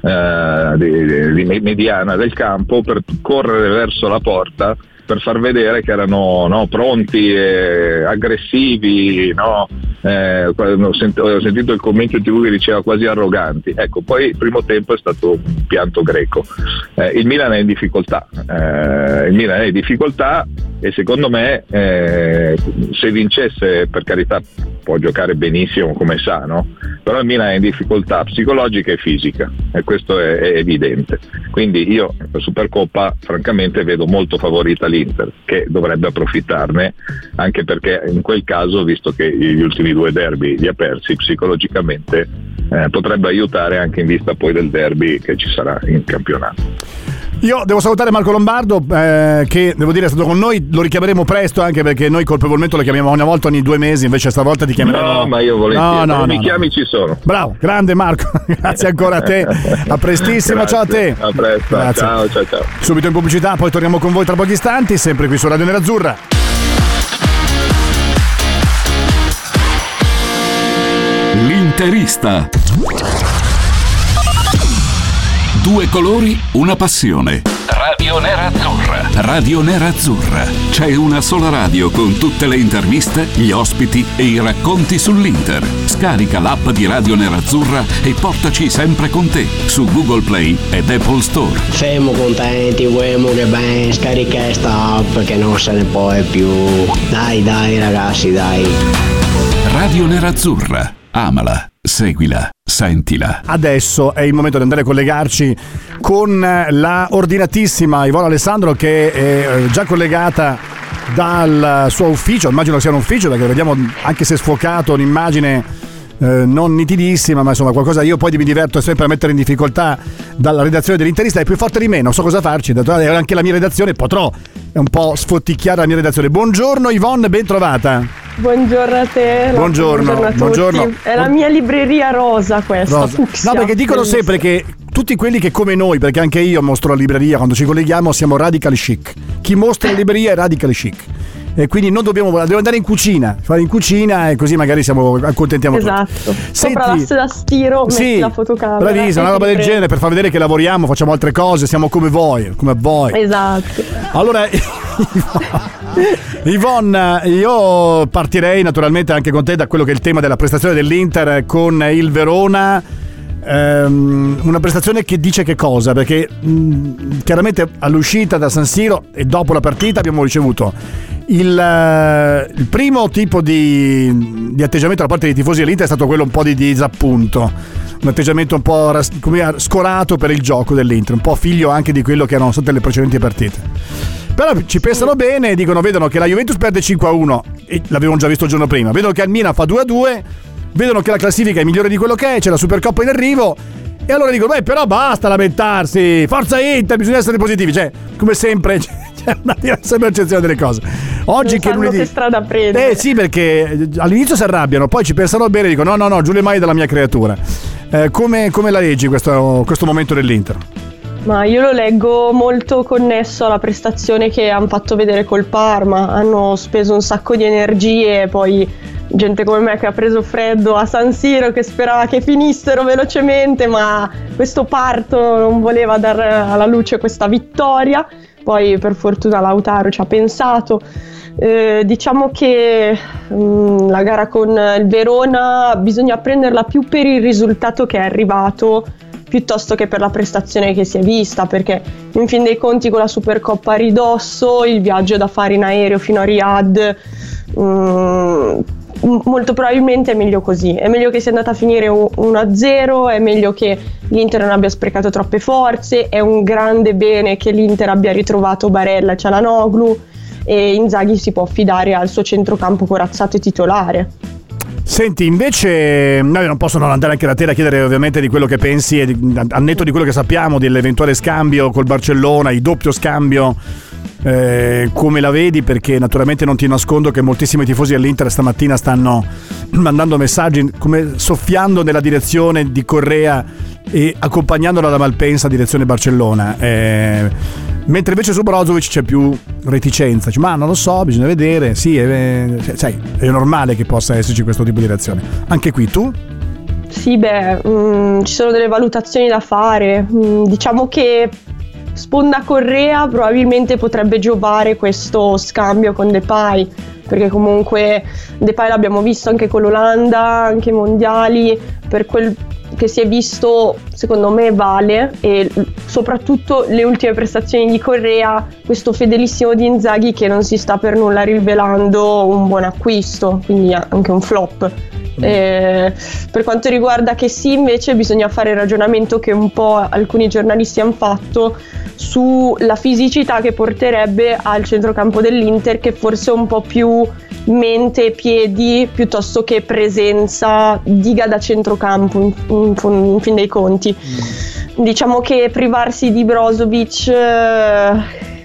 eh, di, di mediana del campo per correre verso la porta, per far vedere che erano, no, pronti e aggressivi, no? Eh, ho, sentito, ho sentito il commento in tivù che diceva quasi arroganti. Ecco, poi il primo tempo è stato un pianto greco. Eh, il Milan è in difficoltà, eh, il Milan è in difficoltà e secondo me eh, se vincesse, per carità, può giocare benissimo come sa, no? Però il Milan è in difficoltà psicologica e fisica e questo è, è evidente. Quindi io per Supercoppa francamente vedo molto favorita l'Inter, che dovrebbe approfittarne, anche perché in quel caso, visto che gli ultimi due derby li ha persi, psicologicamente eh, potrebbe aiutare anche in vista poi del derby che ci sarà in campionato. Io devo salutare Marco Lombardo, eh, che devo dire è stato con noi, lo richiameremo presto, anche perché noi colpevolmente lo chiamiamo una volta ogni due mesi, invece stavolta ti chiameremo. No, ma io volentieri, no, no, mi no, chiami, no. Ci sono. Bravo, grande Marco, grazie ancora a te, a prestissimo. Grazie. Ciao a te. A presto, grazie. ciao ciao ciao. Subito in pubblicità, poi torniamo con voi tra pochi istanti, sempre qui su Radio Nerazzurra. L'interista. Due colori, una passione. Radio Nerazzurra. Radio Nerazzurra. C'è una sola radio con tutte le interviste, gli ospiti e i racconti sull'Inter. Scarica l'app di Radio Nerazzurra e portaci sempre con te su Google Play ed Apple Store. Siamo contenti, vogliamo che ben scarica sta app che non se ne può più. Dai, dai ragazzi, dai. Radio Nerazzurra. Amala, seguila, sentila. Adesso è il momento di andare a collegarci con la ordinatissima Ivona Alessandro, che è già collegata dal suo ufficio. Immagino che sia un ufficio, perché vediamo, anche se sfocato, un'immagine eh, non nitidissima, ma insomma qualcosa. Io poi mi diverto sempre a mettere in difficoltà dalla redazione dell'Interista. È più forte di me, non so cosa farci, è anche la mia redazione, potrò un po' sfotticchiare la mia redazione. Buongiorno Yvonne, ben trovata. Buongiorno a te. Buongiorno, buongiorno a tutti. Buongiorno. È la mia libreria rosa questa, rosa. fucsia. No, perché dicono bellissima. sempre che tutti quelli che come noi, perché anche io mostro la libreria, quando ci colleghiamo siamo radical chic. Chi mostra la libreria è radical chic. E quindi non dobbiamo, dobbiamo andare in cucina, fare in cucina e così magari siamo accontentiamo esatto. tutti. Sopra l'asse da stiro metti sì, la fotocamera. Bravissima, una roba del genere per far vedere che lavoriamo, facciamo altre cose, siamo come voi, come voi. Esatto. Allora Yvonne, io partirei naturalmente anche con te da quello che è il tema della prestazione dell'Inter con il Verona. Um, una prestazione che dice che cosa? Perché mh, chiaramente all'uscita da San Siro e dopo la partita abbiamo ricevuto il, uh, il primo tipo di, di atteggiamento da parte dei tifosi dell'Inter è stato quello un po' di disappunto, un atteggiamento un po' come scorato per il gioco dell'Inter, un po' figlio anche di quello che erano state le precedenti partite. Però ci pensano bene e dicono, vedono che la Juventus perde cinque a uno e l'avevamo già visto il giorno prima, vedono che il Milan fa due a due, vedono che la classifica è migliore di quello che è, c'è la Supercoppa in arrivo e allora dicono, beh però basta lamentarsi, forza Inter, bisogna essere positivi, cioè come sempre c'è una diversa percezione delle cose. Oggi non che sanno lunedì che strada prendere. Eh sì, perché all'inizio si arrabbiano, poi ci pensano bene e dicono no no no, giù le mani dalla mia creatura. Eh, come, come la leggi questo, questo momento dell'Inter? Ma io lo leggo molto connesso alla prestazione che hanno fatto vedere col Parma. Hanno speso un sacco di energie, poi gente come me che ha preso freddo a San Siro, che sperava che finissero velocemente, ma questo parto non voleva dar alla luce questa vittoria. Poi per fortuna Lautaro ci ha pensato. Eh, diciamo che mh, la gara con il Verona bisogna prenderla più per il risultato che è arrivato piuttosto che per la prestazione che si è vista, perché in fin dei conti con la Supercoppa a ridosso, il viaggio da fare in aereo fino a Riyadh, mh, molto probabilmente è meglio così, è meglio che sia andata a finire uno a zero, è meglio che l'Inter non abbia sprecato troppe forze, è un grande bene che l'Inter abbia ritrovato Barella e Çalhanoğlu e Inzaghi si può affidare al suo centrocampo corazzato e titolare. Senti, invece noi non posso non andare anche da te a chiedere ovviamente di quello che pensi e di, al netto di quello che sappiamo dell'eventuale scambio col Barcellona, il doppio scambio, eh, come la vedi? Perché naturalmente non ti nascondo che moltissimi tifosi dell'Inter stamattina stanno mandando messaggi come soffiando nella direzione di Correa e accompagnandola da Malpensa direzione Barcellona, eh, mentre invece su Brozovic c'è più reticenza, cioè, ma non lo so, bisogna vedere. Sì, è, sai, è normale che possa esserci questo tipo di reazione. Anche qui tu? Sì, beh, mh, ci sono delle valutazioni da fare. Mh, diciamo che sponda Correa probabilmente potrebbe giovare questo scambio con Depay, perché comunque Depay l'abbiamo visto anche con l'Olanda, anche ai mondiali, per quel che si è visto secondo me vale, e soprattutto le ultime prestazioni di Correa, questo fedelissimo di Inzaghi che non si sta per nulla rivelando un buon acquisto, quindi anche un flop. Mm. Eh, per quanto riguarda che sì, invece bisogna fare il ragionamento che un po' alcuni giornalisti hanno fatto sulla fisicità che porterebbe al centrocampo dell'Inter, che forse è un po' più mente e piedi piuttosto che presenza diga da centrocampo in, in, in fin dei conti. Mm. Diciamo che privarsi di Brozovic eh,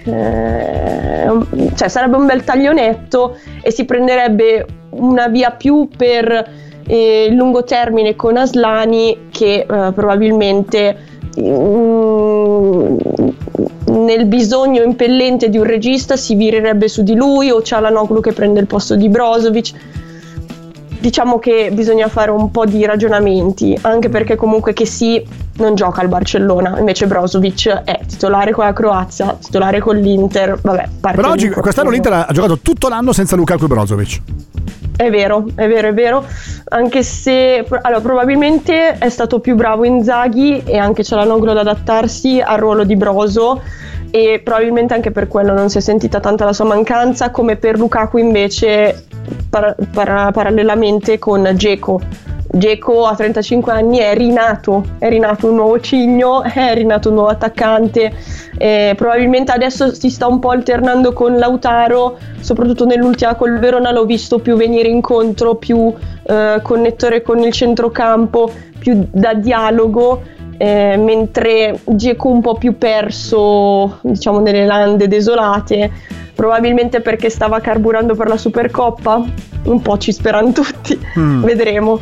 eh, cioè sarebbe un bel taglionetto e si prenderebbe una via più per eh, il lungo termine con Aslani, che eh, probabilmente mm, nel bisogno impellente di un regista si virerebbe su di lui, o Çalhanoğlu che prende il posto di Brozovic. Diciamo che bisogna fare un po' di ragionamenti, anche perché comunque che sì, non gioca al Barcellona, invece Brozovic è titolare con la Croazia, titolare con l'Inter, vabbè, parte. Però oggi, quest'anno l'Inter ha giocato tutto l'anno senza Lukaku e Brozovic. È vero, è vero, è vero, anche se allora, probabilmente è stato più bravo Inzaghi e anche Çalhanoğlu ad adattarsi al ruolo di Brozo, e probabilmente anche per quello non si è sentita tanta la sua mancanza, come per Lukaku invece par- par- parallelamente con Dzeko. Dzeko a trentacinque anni è rinato, è rinato un nuovo cigno, è rinato un nuovo attaccante, eh, probabilmente adesso si sta un po' alternando con Lautaro, soprattutto nell'ultima col Verona l'ho visto più venire incontro, più eh, connettore con il centrocampo, più da dialogo, eh, mentre Dzeko un po' più perso, diciamo, nelle lande desolate, probabilmente perché stava carburando per la Supercoppa, un po' ci sperano tutti, mm. vedremo.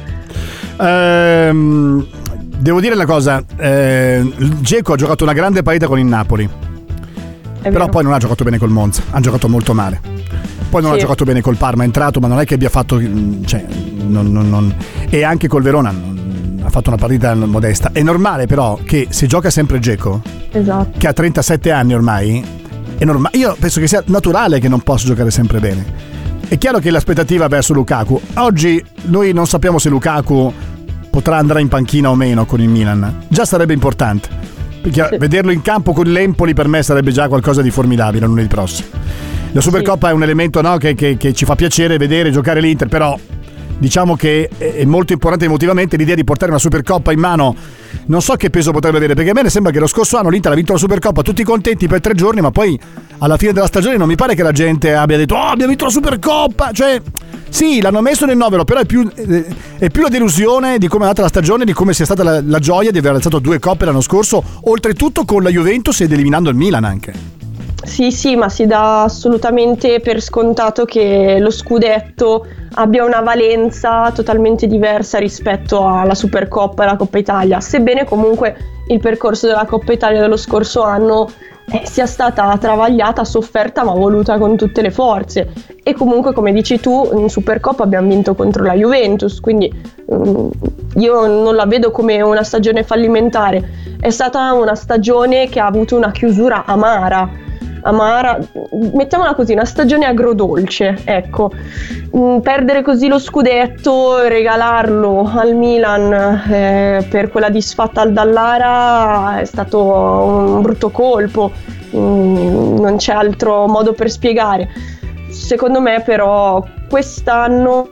Ehm, devo dire una cosa, eh, Dzeko ha giocato una grande partita con il Napoli, però poi non ha giocato bene col Monza, ha giocato molto male. Poi non sì. ha giocato bene col Parma, è entrato, ma non è che abbia fatto, cioè, non, non, non, e anche col Verona non, ha fatto una partita modesta. È normale però che se gioca sempre Dzeko, esatto, che ha trentasette anni ormai, è normale. Io penso che sia naturale che non possa giocare sempre bene. È chiaro che l'aspettativa verso Lukaku, oggi noi non sappiamo se Lukaku potrà andare in panchina o meno con il Milan, già sarebbe importante, perché sì. vederlo in campo con l'Empoli per me sarebbe già qualcosa di formidabile lunedì prossimo. La Supercoppa sì. è un elemento, no, che, che, che ci fa piacere vedere giocare l'Inter, però diciamo che è molto importante emotivamente l'idea di portare una Supercoppa in mano non so che peso potrebbe avere, perché a me sembra che lo scorso anno l'Inter ha vinto la Supercoppa, tutti contenti per tre giorni, ma poi alla fine della stagione non mi pare che la gente abbia detto oh abbiamo vinto la Supercoppa, cioè sì, l'hanno messo nel novero, però è più, è più la delusione di come è andata la stagione, di come sia stata la, la gioia di aver alzato due coppe l'anno scorso, oltretutto con la Juventus ed eliminando il Milan anche. Sì, sì, ma si dà assolutamente per scontato che lo scudetto abbia una valenza totalmente diversa rispetto alla Supercoppa e alla Coppa Italia, sebbene comunque il percorso della Coppa Italia dello scorso anno eh, sia stata travagliata, sofferta, ma voluta con tutte le forze. E comunque, come dici tu, in Supercoppa abbiamo vinto contro la Juventus, quindi um, io non la vedo come una stagione fallimentare, è stata una stagione che ha avuto una chiusura amara. amara, mettiamola così, una stagione agrodolce, ecco. Mm, perdere così lo scudetto, regalarlo al Milan eh, per quella disfatta al Dallara è stato un brutto colpo, mm, non c'è altro modo per spiegare. Secondo me però quest'anno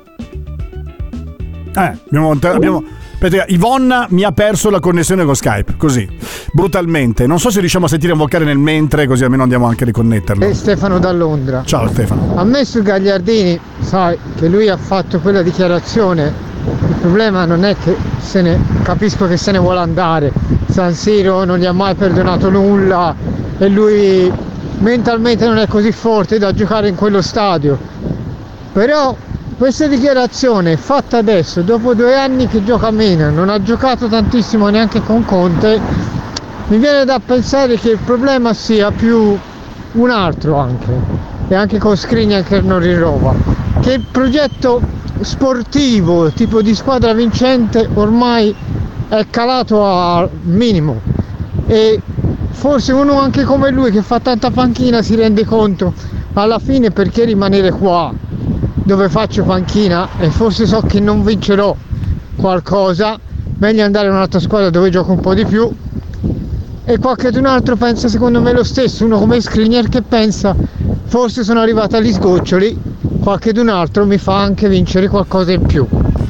eh, abbiamo, abbiamo... Ivonna mi ha perso la connessione con Skype, così, brutalmente. Non so se riusciamo a sentire un vocale nel mentre, così almeno andiamo anche a riconnetterlo. E Stefano da Londra. Ciao Stefano. A me su Gagliardini, sai che lui ha fatto quella dichiarazione, il problema non è che se ne, capisco che se ne vuole andare, San Siro non gli ha mai perdonato nulla e lui mentalmente non è così forte da giocare in quello stadio, però questa dichiarazione fatta adesso, dopo due anni che gioca meno, non ha giocato tantissimo neanche con Conte, mi viene da pensare che il problema sia più un altro anche, e anche con Skriniar che non rinnova, che il progetto sportivo, tipo di squadra vincente, ormai è calato al minimo e forse uno anche come lui che fa tanta panchina si rende conto alla fine perché rimanere qua dove faccio panchina e forse so che non vincerò qualcosa, meglio andare in un'altra squadra dove gioco un po' di più. E qualcun altro pensa secondo me lo stesso, uno come Skriniar che pensa forse sono arrivato agli sgoccioli, qualcun altro mi fa anche vincere qualcosa in più.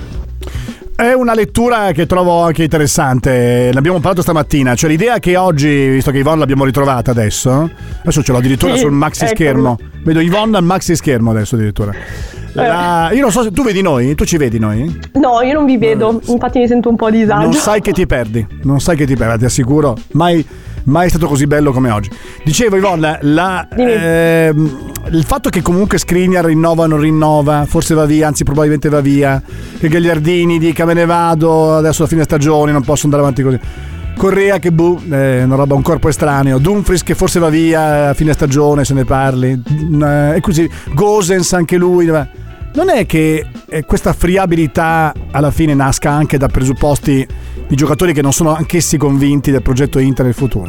È una lettura che trovo anche interessante, l'abbiamo parlato stamattina, cioè l'idea che oggi, visto che Yvonne l'abbiamo ritrovata adesso, adesso ce l'ho addirittura sì, sul maxi schermo, vedo Yvonne al maxi schermo adesso addirittura. La... Io non so se tu vedi noi, tu ci vedi noi? No, io non vi vedo, infatti mi sento un po' a disagio. Non sai che ti perdi, non sai che ti perdi, ti assicuro, mai, mai è stato così bello come oggi. Dicevo Yvonne, la, eh, il fatto che comunque Skriniar rinnova o non rinnova, forse va via, anzi probabilmente va via, che Gagliardini dica me ne vado, adesso a fine stagione non posso andare avanti così. Correa che buh, è una roba, un corpo estraneo. Dumfries che forse va via a fine stagione, se ne parli, e così Gosens anche lui. Non è che questa friabilità alla fine nasca anche da presupposti di giocatori che non sono anch'essi convinti del progetto Inter nel futuro?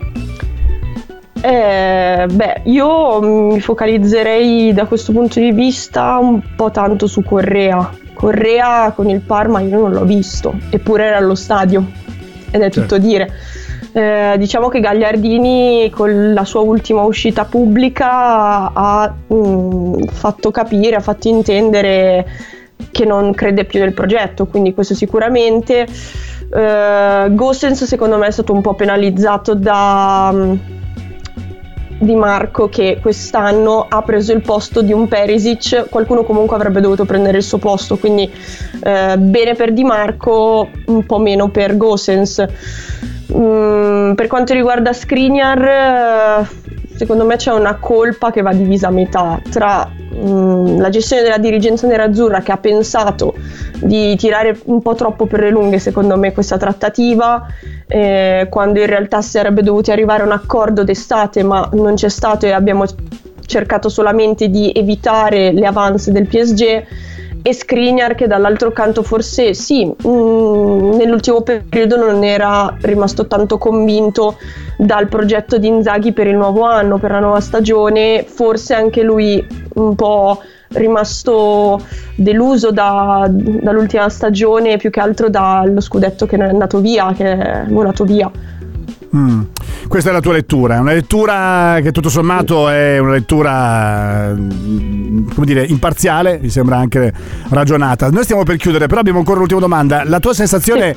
Eh, beh, io mi focalizzerei da questo punto di vista un po' tanto su Correa. Correa con il Parma io non l'ho visto, eppure era allo stadio ed è tutto certo. dire. Eh, diciamo che Gagliardini con la sua ultima uscita pubblica ha mh, fatto capire, ha fatto intendere che non crede più nel progetto, quindi questo sicuramente. Eh, Gosens secondo me è stato un po' penalizzato da mh, Di Marco, che quest'anno ha preso il posto di un Perisic, qualcuno comunque avrebbe dovuto prendere il suo posto, quindi eh, bene per Di Marco, un po' meno per Gosens. Mm, per quanto riguarda Skriniar, secondo me c'è una colpa che va divisa a metà tra mm, la gestione della dirigenza nerazzurra, che ha pensato di tirare un po' troppo per le lunghe secondo me questa trattativa, eh, quando in realtà si sarebbe dovuti arrivare a un accordo d'estate, ma non c'è stato e abbiamo cercato solamente di evitare le avance del P S G. E Skriniar che dall'altro canto forse sì, mh, nell'ultimo periodo non era rimasto tanto convinto dal progetto di Inzaghi per il nuovo anno, per la nuova stagione, forse anche lui un po' rimasto deluso da, dall'ultima stagione, più che altro dallo scudetto che è andato via, che è volato via. Mm. Questa è la tua lettura, una lettura che tutto sommato è una lettura, come dire, imparziale, mi sembra anche ragionata. Noi stiamo per chiudere, però abbiamo ancora l'ultima domanda. La tua sensazione sì.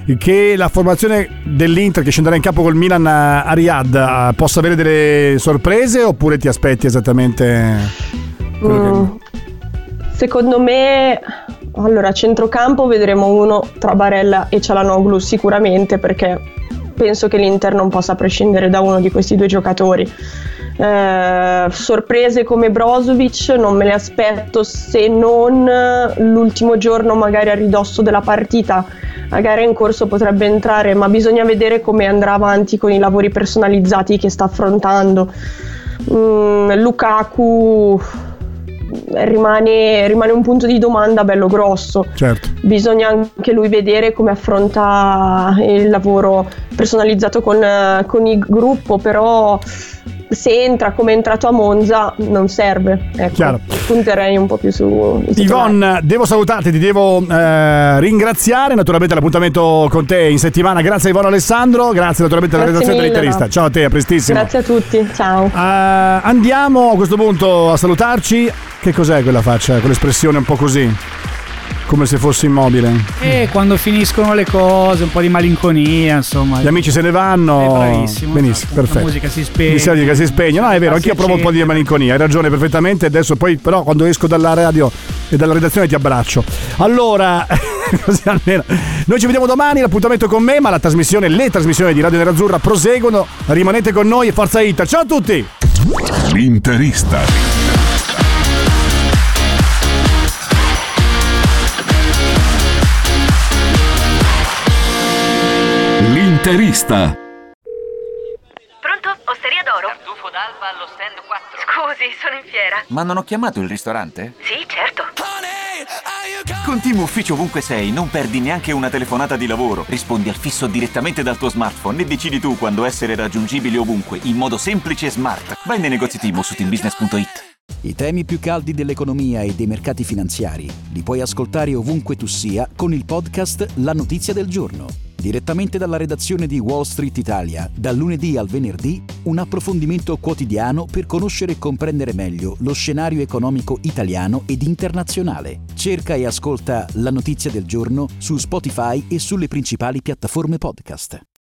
che la formazione dell'Inter che scenderà in campo col Milan a Riyadh possa avere delle sorprese, oppure ti aspetti esattamente quello mm, che... Secondo me, allora, a centrocampo vedremo uno tra Barella e Çalhanoğlu sicuramente, perché penso che l'Inter non possa prescindere da uno di questi due giocatori. Eh, sorprese come Brozovic non me le aspetto, se non l'ultimo giorno magari a ridosso della partita, la gara in corso potrebbe entrare, ma bisogna vedere come andrà avanti con i lavori personalizzati che sta affrontando. mm, Lukaku rimane, rimane un punto di domanda bello grosso. Certo. Bisogna anche lui vedere come affronta il lavoro personalizzato con, con il gruppo, però se entra come è entrato a Monza non serve, ecco. Chiaro. Punterei un po' più su Yvonne, devo salutarti, ti devo eh, ringraziare, naturalmente l'appuntamento con te in settimana. Grazie a Yvonne Alessandro, grazie naturalmente alla Grazie redazione mille, dell'Interista. no. Ciao a te, a prestissimo. Grazie a tutti, ciao. Uh, andiamo a questo punto a salutarci. Che cos'è quella faccia, quell'espressione un po' così, come se fosse immobile? E quando finiscono le cose, un po' di malinconia, insomma. Gli amici se ne vanno. È bravissimo. Benissimo, esatto. perfetto. La musica si spegne. Mi sa che si spegne. No, è vero, Ah, anch'io si provo un po' di accende. malinconia. Hai ragione perfettamente. Adesso poi, però, quando esco dalla radio e dalla redazione ti abbraccio. Allora, così almeno. Noi ci vediamo domani. L'appuntamento con me, ma la trasmissione, le trasmissioni di Radio Nerazzurra proseguono. Rimanete con noi e forza Inter. Ciao a tutti. L'Interista. L'Interista. Pronto? Osteria d'oro? Tartufo d'alba allo stand quattro. Scusi, sono in fiera. Ma non ho chiamato il ristorante? Sì, certo. Con Team Ufficio ovunque sei non perdi neanche una telefonata di lavoro. Rispondi al fisso direttamente dal tuo smartphone e decidi tu quando essere raggiungibile ovunque, in modo semplice e smart. Vai nei negozi Team o su team business punto it. I temi più caldi dell'economia e dei mercati finanziari li puoi ascoltare ovunque tu sia con il podcast La Notizia del Giorno. Direttamente dalla redazione di Wall Street Italia, dal lunedì al venerdì, un approfondimento quotidiano per conoscere e comprendere meglio lo scenario economico italiano ed internazionale. Cerca e ascolta La Notizia del Giorno su Spotify e sulle principali piattaforme podcast.